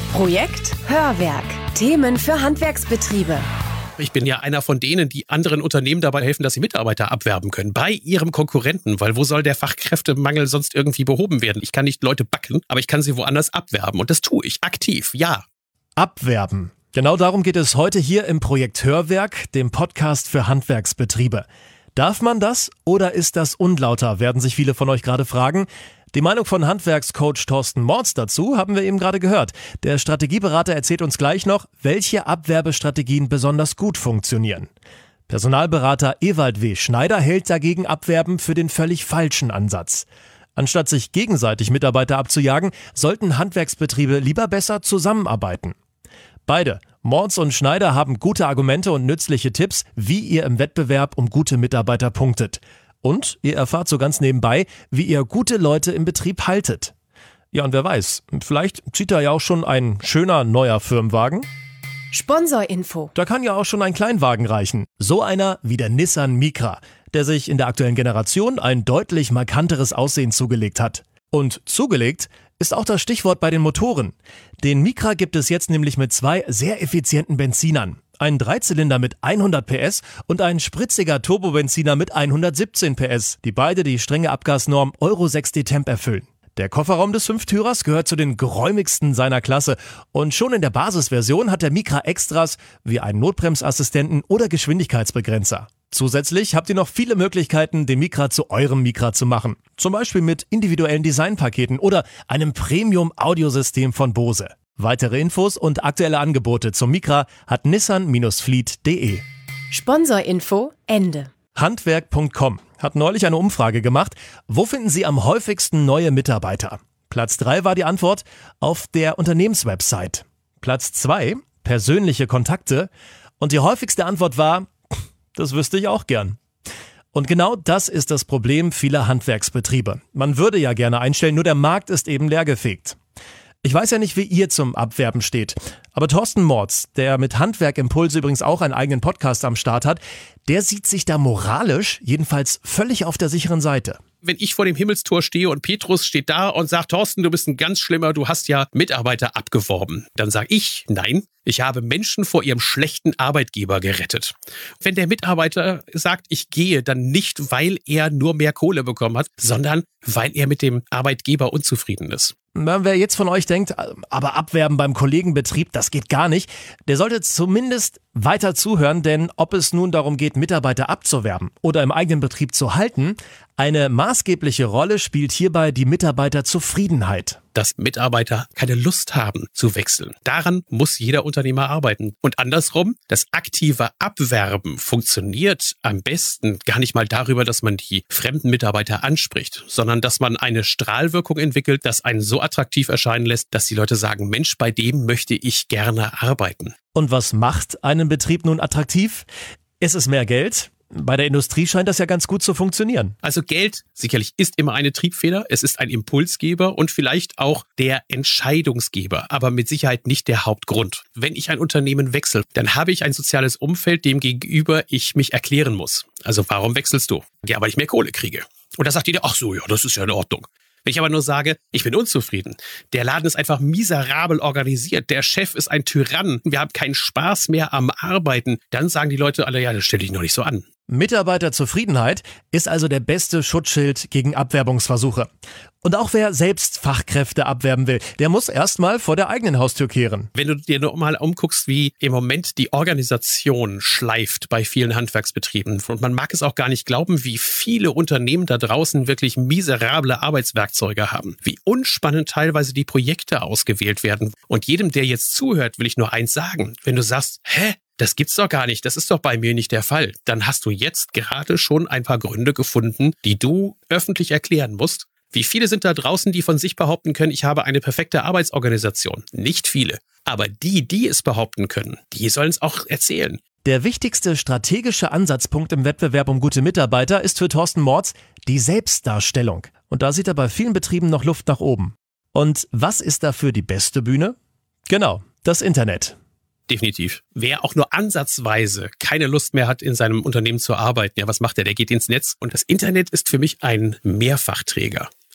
Projekt Hörwerk. Themen für Handwerksbetriebe. Ich bin ja einer von denen, die anderen Unternehmen dabei helfen, dass sie Mitarbeiter abwerben können. Bei ihrem Konkurrenten. Weil wo soll der Fachkräftemangel sonst irgendwie behoben werden? Ich kann nicht Leute backen, aber ich kann sie woanders abwerben. Und das tue ich aktiv, ja. Abwerben. Genau darum geht es heute hier im Projekt Hörwerk, dem Podcast für Handwerksbetriebe. Darf man das oder ist das unlauter, werden sich viele von euch gerade fragen. Die Meinung von Handwerkscoach Thorsten Mortz dazu haben wir eben gerade gehört. Der Strategieberater erzählt uns gleich noch, welche Abwerbestrategien besonders gut funktionieren. Personalberater Ewald W. Schneider hält dagegen Abwerben für den völlig falschen Ansatz. Anstatt sich gegenseitig Mitarbeiter abzujagen, sollten Handwerksbetriebe lieber besser zusammenarbeiten. Beide, Mortz und Schneider, haben gute Argumente und nützliche Tipps, wie ihr im Wettbewerb um gute Mitarbeiter punktet. Und ihr erfahrt so ganz nebenbei, wie ihr gute Leute im Betrieb haltet. Ja, und wer weiß, vielleicht zieht da ja auch schon ein schöner neuer Firmenwagen. Sponsorinfo. Da kann ja auch schon ein Kleinwagen reichen. So einer wie der Nissan Micra, der sich in der aktuellen Generation ein deutlich markanteres Aussehen zugelegt hat. Und zugelegt ist auch das Stichwort bei den Motoren. Den Micra gibt es jetzt nämlich mit 2 sehr effizienten Benzinern. Ein Dreizylinder mit 100 PS und ein spritziger Turbobenziner mit 117 PS, die beide die strenge Abgasnorm Euro 6 D-Temp erfüllen. Der Kofferraum des Fünftürers gehört zu den geräumigsten seiner Klasse und schon in der Basisversion hat der Micra Extras wie einen Notbremsassistenten oder Geschwindigkeitsbegrenzer. Zusätzlich habt ihr noch viele Möglichkeiten, den Micra zu eurem Micra zu machen. Zum Beispiel mit individuellen Designpaketen oder einem Premium-Audiosystem von Bose. Weitere Infos und aktuelle Angebote zum Micra hat nissan-fleet.de. Sponsorinfo Ende. Handwerk.com hat neulich eine Umfrage gemacht, wo finden Sie am häufigsten neue Mitarbeiter? Platz 3 war die Antwort auf der Unternehmenswebsite. Platz 2, persönliche Kontakte. Und die häufigste Antwort war, das wüsste ich auch gern. Und genau das ist das Problem vieler Handwerksbetriebe. Man würde ja gerne einstellen, nur der Markt ist eben leergefegt. Ich weiß ja nicht, wie ihr zum Abwerben steht, aber Thorsten Mortz, der mit Handwerk Impulse übrigens auch einen eigenen Podcast am Start hat, der sieht sich da moralisch jedenfalls völlig auf der sicheren Seite. Wenn ich vor dem Himmelstor stehe und Petrus steht da und sagt, Thorsten, du bist ein ganz schlimmer, du hast ja Mitarbeiter abgeworben, dann sage ich, nein, ich habe Menschen vor ihrem schlechten Arbeitgeber gerettet. Wenn der Mitarbeiter sagt, ich gehe, dann nicht, weil er nur mehr Kohle bekommen hat, sondern weil er mit dem Arbeitgeber unzufrieden ist. Wer jetzt von euch denkt, aber Abwerben beim Kollegenbetrieb, das geht gar nicht, der sollte zumindest weiter zuhören, denn ob es nun darum geht, Mitarbeiter abzuwerben oder im eigenen Betrieb zu halten, eine maßgebliche Rolle spielt hierbei die Mitarbeiterzufriedenheit. Dass Mitarbeiter keine Lust haben zu wechseln. Daran muss jeder Unternehmer arbeiten. Und andersrum, das aktive Abwerben funktioniert am besten gar nicht mal darüber, dass man die fremden Mitarbeiter anspricht, sondern dass man eine Strahlwirkung entwickelt, das einen so attraktiv erscheinen lässt, dass die Leute sagen, Mensch, bei dem möchte ich gerne arbeiten. Und was macht einen Betrieb nun attraktiv? Ist es mehr Geld? Bei der Industrie scheint das ja ganz gut zu funktionieren. Also Geld sicherlich ist immer eine Triebfeder, es ist ein Impulsgeber und vielleicht auch der Entscheidungsgeber, aber mit Sicherheit nicht der Hauptgrund. Wenn ich ein Unternehmen wechsle, dann habe ich ein soziales Umfeld, dem gegenüber ich mich erklären muss. Also warum wechselst du? Ja, weil ich mehr Kohle kriege. Und da sagt jeder, ach so, ja, das ist ja in Ordnung. Wenn ich aber nur sage, ich bin unzufrieden, der Laden ist einfach miserabel organisiert, der Chef ist ein Tyrann, wir haben keinen Spaß mehr am Arbeiten, dann sagen die Leute alle, ja, das stell dich noch nicht so an. Mitarbeiterzufriedenheit ist also der beste Schutzschild gegen Abwerbungsversuche. Und auch wer selbst Fachkräfte abwerben will, der muss erstmal vor der eigenen Haustür kehren. Wenn du dir nur mal umguckst, wie im Moment die Organisation schleift bei vielen Handwerksbetrieben, und man mag es auch gar nicht glauben, wie viele Unternehmen da draußen wirklich miserable Arbeitswerkzeuge haben, wie unspannend teilweise die Projekte ausgewählt werden. Und jedem, der jetzt zuhört, will ich nur eins sagen. Wenn du sagst, das gibt's doch gar nicht, das ist doch bei mir nicht der Fall, dann hast du jetzt gerade schon ein paar Gründe gefunden, die du öffentlich erklären musst. Wie viele sind da draußen, die von sich behaupten können, ich habe eine perfekte Arbeitsorganisation? Nicht viele. Aber die es behaupten können, die sollen es auch erzählen. Der wichtigste strategische Ansatzpunkt im Wettbewerb um gute Mitarbeiter ist für Thorsten Mortz die Selbstdarstellung. Und da sieht er bei vielen Betrieben noch Luft nach oben. Und was ist dafür die beste Bühne? Genau, das Internet. Definitiv. Wer auch nur ansatzweise keine Lust mehr hat, in seinem Unternehmen zu arbeiten, ja, was macht er? Der geht ins Netz. Und das Internet ist für mich ein Mehrfachträger.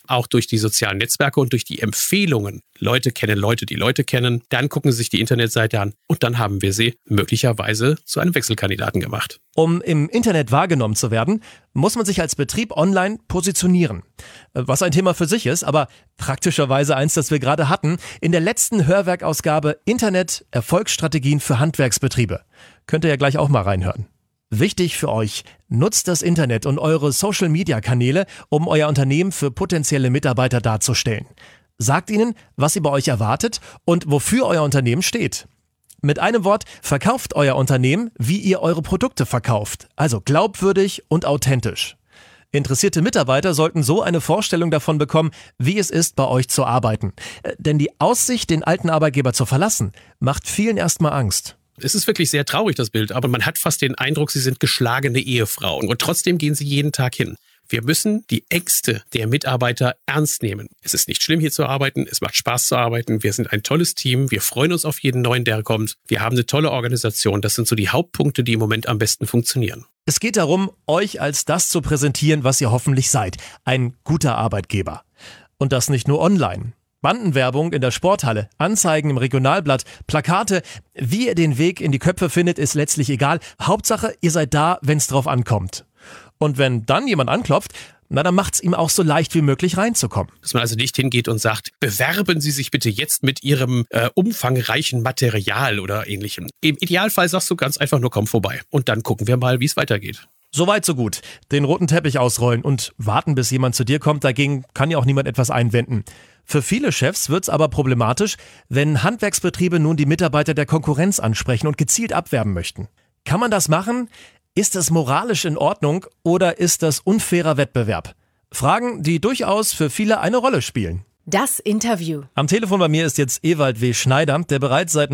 auch durch die sozialen Netzwerke und durch die Empfehlungen. Leute kennen Leute, die Leute kennen. Dann gucken sie sich die Internetseite an und dann haben wir sie möglicherweise zu einem Wechselkandidaten gemacht. Um im Internet wahrgenommen zu werden, muss man sich als Betrieb online positionieren. Was ein Thema für sich ist, aber praktischerweise eins, das wir gerade hatten, in der letzten Hörwerk-Ausgabe Internet Erfolgsstrategien für Handwerksbetriebe. Könnt ihr ja gleich auch mal reinhören. Wichtig für euch, nutzt das Internet und eure Social-Media-Kanäle, um euer Unternehmen für potenzielle Mitarbeiter darzustellen. Sagt ihnen, was ihr bei euch erwartet und wofür euer Unternehmen steht. Mit einem Wort, verkauft euer Unternehmen, wie ihr eure Produkte verkauft. Also glaubwürdig und authentisch. Interessierte Mitarbeiter sollten so eine Vorstellung davon bekommen, wie es ist, bei euch zu arbeiten. Denn die Aussicht, den alten Arbeitgeber zu verlassen, macht vielen erstmal Angst. Es ist wirklich sehr traurig, das Bild, aber man hat fast den Eindruck, sie sind geschlagene Ehefrauen und trotzdem gehen sie jeden Tag hin. Wir müssen die Ängste der Mitarbeiter ernst nehmen. Es ist nicht schlimm, hier zu arbeiten. Es macht Spaß zu arbeiten. Wir sind ein tolles Team. Wir freuen uns auf jeden Neuen, der kommt. Wir haben eine tolle Organisation. Das sind so die Hauptpunkte, die im Moment am besten funktionieren. Es geht darum, euch als das zu präsentieren, was ihr hoffentlich seid. Ein guter Arbeitgeber. Und das nicht nur online. Bandenwerbung in der Sporthalle, Anzeigen im Regionalblatt, Plakate. Wie ihr den Weg in die Köpfe findet, ist letztlich egal. Hauptsache, ihr seid da, wenn es drauf ankommt. Und wenn dann jemand anklopft, dann macht's ihm auch so leicht wie möglich reinzukommen. Dass man also nicht hingeht und sagt, bewerben Sie sich bitte jetzt mit Ihrem umfangreichen Material oder Ähnlichem. Im Idealfall sagst du ganz einfach nur, komm vorbei. Und dann gucken wir mal, wie es weitergeht. Soweit so gut. Den roten Teppich ausrollen und warten, bis jemand zu dir kommt, dagegen kann ja auch niemand etwas einwenden. Für viele Chefs wird's aber problematisch, wenn Handwerksbetriebe nun die Mitarbeiter der Konkurrenz ansprechen und gezielt abwerben möchten. Kann man das machen? Ist das moralisch in Ordnung oder ist das unfairer Wettbewerb? Fragen, die durchaus für viele eine Rolle spielen. Das Interview. Am Telefon bei mir ist jetzt Ewald W. Schneider, der bereits seit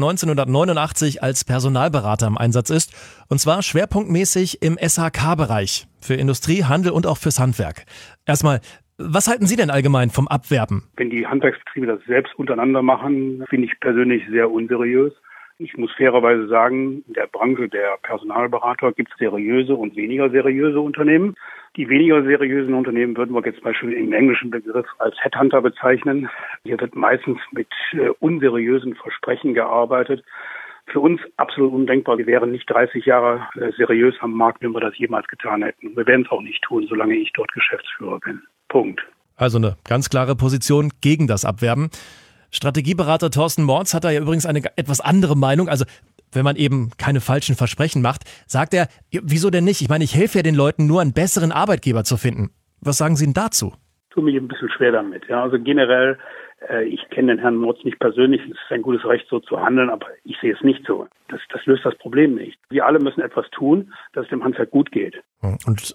1989 als Personalberater im Einsatz ist. Und zwar schwerpunktmäßig im SHK-Bereich für Industrie, Handel und auch fürs Handwerk. Erstmal, was halten Sie denn allgemein vom Abwerben? Wenn die Handwerksbetriebe das selbst untereinander machen, finde ich persönlich sehr unseriös. Ich muss fairerweise sagen, in der Branche der Personalberater gibt es seriöse und weniger seriöse Unternehmen. Die weniger seriösen Unternehmen würden wir jetzt zum Beispiel im englischen Begriff als Headhunter bezeichnen. Hier wird meistens mit unseriösen Versprechen gearbeitet. Für uns absolut undenkbar. Wir wären nicht 30 Jahre seriös am Markt, wenn wir das jemals getan hätten. Wir werden es auch nicht tun, solange ich dort Geschäftsführer bin. Punkt. Also eine ganz klare Position gegen das Abwerben. Strategieberater Thorsten Morz hat da ja übrigens eine etwas andere Meinung. Also wenn man eben keine falschen Versprechen macht, sagt er, wieso denn nicht? Ich meine, ich helfe ja den Leuten nur, einen besseren Arbeitgeber zu finden. Was sagen Sie denn dazu? Ich tue mich ein bisschen schwer damit. Ja, also generell, ich kenne den Herrn Morz nicht persönlich. Es ist ein gutes Recht, so zu handeln, aber ich sehe es nicht so. Das löst das Problem nicht. Wir alle müssen etwas tun, dass es dem Handwerk gut geht. Und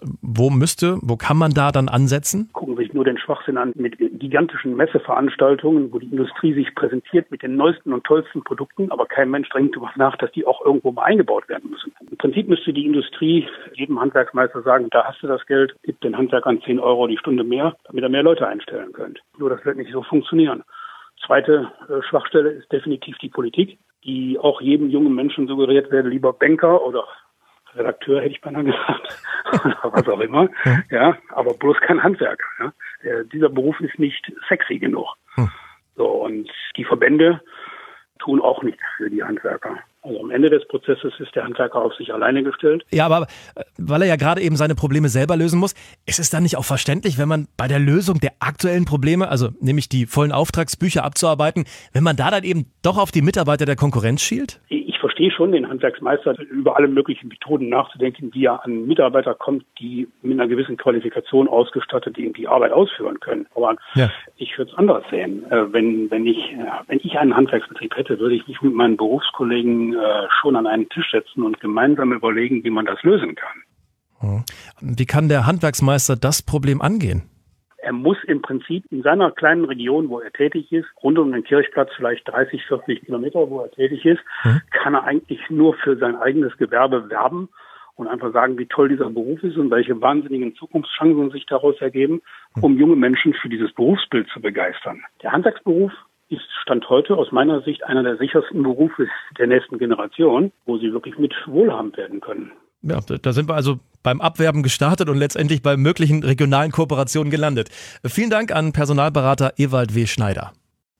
wo kann man da dann ansetzen? Gucken wir sich nur den Schwachsinn an mit gigantischen Messeveranstaltungen, wo die Industrie sich präsentiert mit den neuesten und tollsten Produkten, aber kein Mensch denkt darüber nach, dass die auch irgendwo mal eingebaut werden müssen. Im Prinzip müsste die Industrie jedem Handwerksmeister sagen, da hast du das Geld, gib den Handwerkern 10 € die Stunde mehr, damit ihr mehr Leute einstellen könnt. Nur das wird nicht so funktionieren. Zweite Schwachstelle ist definitiv die Politik, die auch jedem jungen Menschen suggeriert werde, lieber Banker oder Redakteur, hätte ich beinahe gesagt, oder was auch immer, ja, aber bloß kein Handwerker. Ja. Dieser Beruf ist nicht sexy genug. So, und die Verbände tun auch nichts für die Handwerker. Also am Ende des Prozesses ist der Handwerker auf sich alleine gestellt. Ja, aber weil er ja gerade eben seine Probleme selber lösen muss, ist es dann nicht auch verständlich, wenn man bei der Lösung der aktuellen Probleme, also nämlich die vollen Auftragsbücher abzuarbeiten, wenn man da dann eben doch auf die Mitarbeiter der Konkurrenz schielt? Ich verstehe schon den Handwerksmeister, über alle möglichen Methoden nachzudenken, wie er an Mitarbeiter kommt, die mit einer gewissen Qualifikation ausgestattet die Arbeit ausführen können. Aber ich würde es anders sehen. Wenn ich einen Handwerksbetrieb hätte, würde ich mich mit meinen Berufskollegen schon an einen Tisch setzen und gemeinsam überlegen, wie man das lösen kann. Wie kann der Handwerksmeister das Problem angehen? Er muss im Prinzip in seiner kleinen Region, wo er tätig ist, rund um den Kirchplatz, vielleicht 30, 40 Kilometer, wo er tätig ist, kann er eigentlich nur für sein eigenes Gewerbe werben und einfach sagen, wie toll dieser Beruf ist und welche wahnsinnigen Zukunftschancen sich daraus ergeben, um junge Menschen für dieses Berufsbild zu begeistern. Der Handwerksberuf ist Stand heute aus meiner Sicht einer der sichersten Berufe der nächsten Generation, wo sie wirklich mit wohlhabend werden können. Ja, da sind wir also beim Abwerben gestartet und letztendlich bei möglichen regionalen Kooperationen gelandet. Vielen Dank an Personalberater Ewald W. Schneider.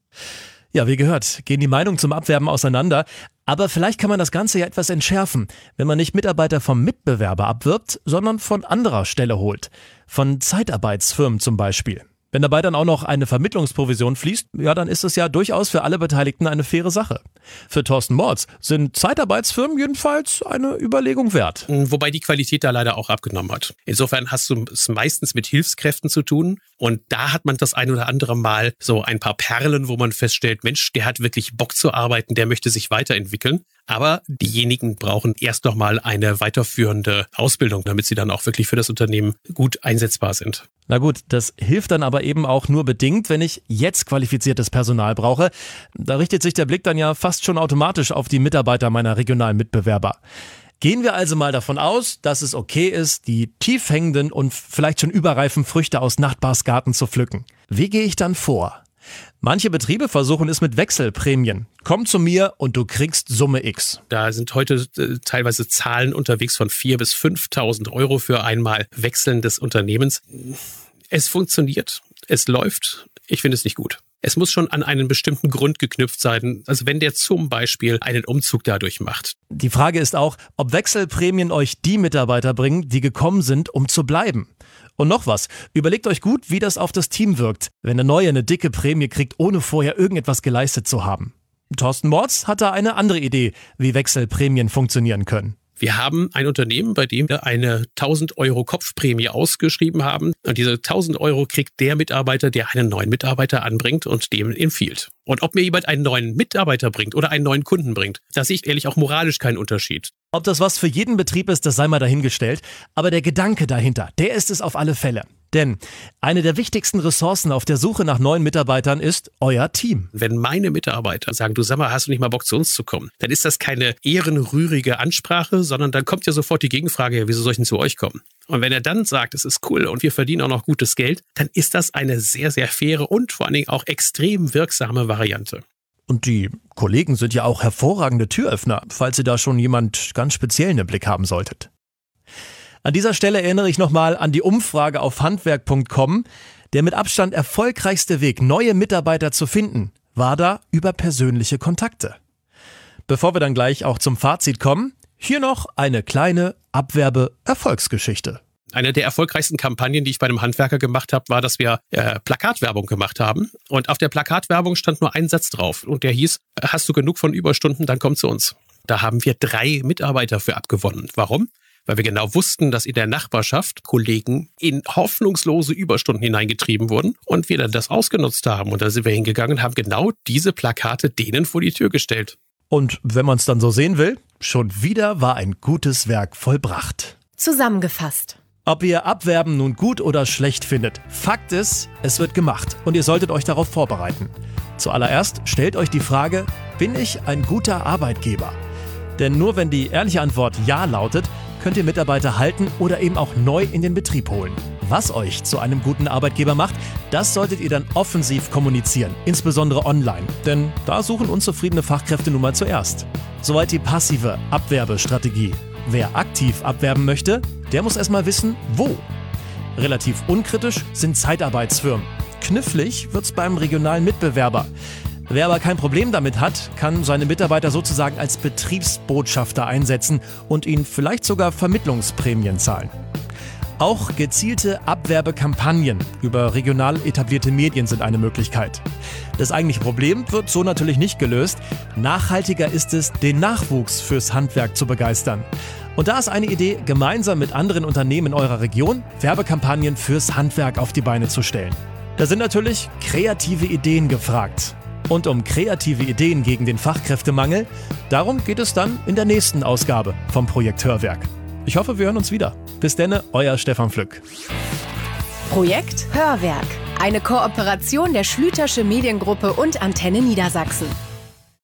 Ja, wie gehört, gehen die Meinungen zum Abwerben auseinander. Aber vielleicht kann man das Ganze ja etwas entschärfen, wenn man nicht Mitarbeiter vom Mitbewerber abwirbt, sondern von anderer Stelle holt. Von Zeitarbeitsfirmen zum Beispiel. Wenn dabei dann auch noch eine Vermittlungsprovision fließt, ja, dann ist es ja durchaus für alle Beteiligten eine faire Sache. Für Thorsten Morz sind Zeitarbeitsfirmen jedenfalls eine Überlegung wert. Wobei die Qualität da leider auch abgenommen hat. Insofern hast du es meistens mit Hilfskräften zu tun und da hat man das ein oder andere Mal so ein paar Perlen, wo man feststellt, Mensch, der hat wirklich Bock zu arbeiten, der möchte sich weiterentwickeln. Aber diejenigen brauchen erst noch mal eine weiterführende Ausbildung, damit sie dann auch wirklich für das Unternehmen gut einsetzbar sind. Na gut, das hilft dann aber eben auch nur bedingt, wenn ich jetzt qualifiziertes Personal brauche. Da richtet sich der Blick dann ja fast schon automatisch auf die Mitarbeiter meiner regionalen Mitbewerber. Gehen wir also mal davon aus, dass es okay ist, die tief hängenden und vielleicht schon überreifen Früchte aus Nachbarsgarten zu pflücken. Wie gehe ich dann vor? Manche Betriebe versuchen es mit Wechselprämien. Komm zu mir und du kriegst Summe X. Da sind heute teilweise Zahlen unterwegs von 4.000 bis 5.000 Euro für einmal Wechseln des Unternehmens. Es funktioniert, es läuft. Ich finde es nicht gut. Es muss schon an einen bestimmten Grund geknüpft sein. Also wenn der zum Beispiel einen Umzug dadurch macht. Die Frage ist auch, ob Wechselprämien euch die Mitarbeiter bringen, die gekommen sind, um zu bleiben. Und noch was, überlegt euch gut, wie das auf das Team wirkt, wenn der Neue eine dicke Prämie kriegt, ohne vorher irgendetwas geleistet zu haben. Thorsten Morz hat da eine andere Idee, wie Wechselprämien funktionieren können. Wir haben ein Unternehmen, bei dem wir eine 1.000 Euro Kopfprämie ausgeschrieben haben. Und diese 1.000 Euro kriegt der Mitarbeiter, der einen neuen Mitarbeiter anbringt und dem empfiehlt. Und ob mir jemand einen neuen Mitarbeiter bringt oder einen neuen Kunden bringt, da sehe ich ehrlich auch moralisch keinen Unterschied. Ob das was für jeden Betrieb ist, das sei mal dahingestellt. Aber der Gedanke dahinter, der ist es auf alle Fälle. Denn eine der wichtigsten Ressourcen auf der Suche nach neuen Mitarbeitern ist euer Team. Wenn meine Mitarbeiter sagen, du sag mal, hast du nicht mal Bock zu uns zu kommen, dann ist das keine ehrenrührige Ansprache, sondern dann kommt ja sofort die Gegenfrage, ja, wieso soll ich denn zu euch kommen? Und wenn er dann sagt, es ist cool und wir verdienen auch noch gutes Geld, dann ist das eine sehr, sehr faire und vor allen Dingen auch extrem wirksame Variante. Und die Kollegen sind ja auch hervorragende Türöffner, falls ihr da schon jemand ganz speziellen im Blick haben solltet. An dieser Stelle erinnere ich nochmal an die Umfrage auf handwerk.com. Der mit Abstand erfolgreichste Weg, neue Mitarbeiter zu finden, war da über persönliche Kontakte. Bevor wir dann gleich auch zum Fazit kommen, hier noch eine kleine Abwerbe-Erfolgsgeschichte. Eine der erfolgreichsten Kampagnen, die ich bei einem Handwerker gemacht habe, war, dass wir Plakatwerbung gemacht haben. Und auf der Plakatwerbung stand nur ein Satz drauf. Und der hieß, hast du genug von Überstunden, dann komm zu uns. Da haben wir 3 Mitarbeiter für abgewonnen. Warum? Weil wir genau wussten, dass in der Nachbarschaft Kollegen in hoffnungslose Überstunden hineingetrieben wurden und wir dann das ausgenutzt haben. Und da sind wir hingegangen und haben genau diese Plakate denen vor die Tür gestellt. Und wenn man es dann so sehen will, schon wieder war ein gutes Werk vollbracht. Zusammengefasst. Ob ihr Abwerben nun gut oder schlecht findet, Fakt ist, es wird gemacht und ihr solltet euch darauf vorbereiten. Zuallererst stellt euch die Frage, bin ich ein guter Arbeitgeber? Denn nur wenn die ehrliche Antwort Ja lautet, könnt ihr Mitarbeiter halten oder eben auch neu in den Betrieb holen. Was euch zu einem guten Arbeitgeber macht, das solltet ihr dann offensiv kommunizieren, insbesondere online, denn da suchen unzufriedene Fachkräfte nun mal zuerst. Soweit die passive Abwerbestrategie. Wer aktiv abwerben möchte, der muss erstmal wissen, wo. Relativ unkritisch sind Zeitarbeitsfirmen. Knifflig wird's beim regionalen Mitbewerber. Wer aber kein Problem damit hat, kann seine Mitarbeiter sozusagen als Betriebsbotschafter einsetzen und ihnen vielleicht sogar Vermittlungsprämien zahlen. Auch gezielte Abwerbekampagnen über regional etablierte Medien sind eine Möglichkeit. Das eigentliche Problem wird so natürlich nicht gelöst. Nachhaltiger ist es, den Nachwuchs fürs Handwerk zu begeistern. Und da ist eine Idee, gemeinsam mit anderen Unternehmen in eurer Region Werbekampagnen fürs Handwerk auf die Beine zu stellen. Da sind natürlich kreative Ideen gefragt. Und um kreative Ideen gegen den Fachkräftemangel, darum geht es dann in der nächsten Ausgabe vom Projekt Hörwerk. Ich hoffe, wir hören uns wieder. Bis denne, euer Stefan Flück. Projekt Hörwerk. Eine Kooperation der Schlütersche Mediengruppe und Antenne Niedersachsen.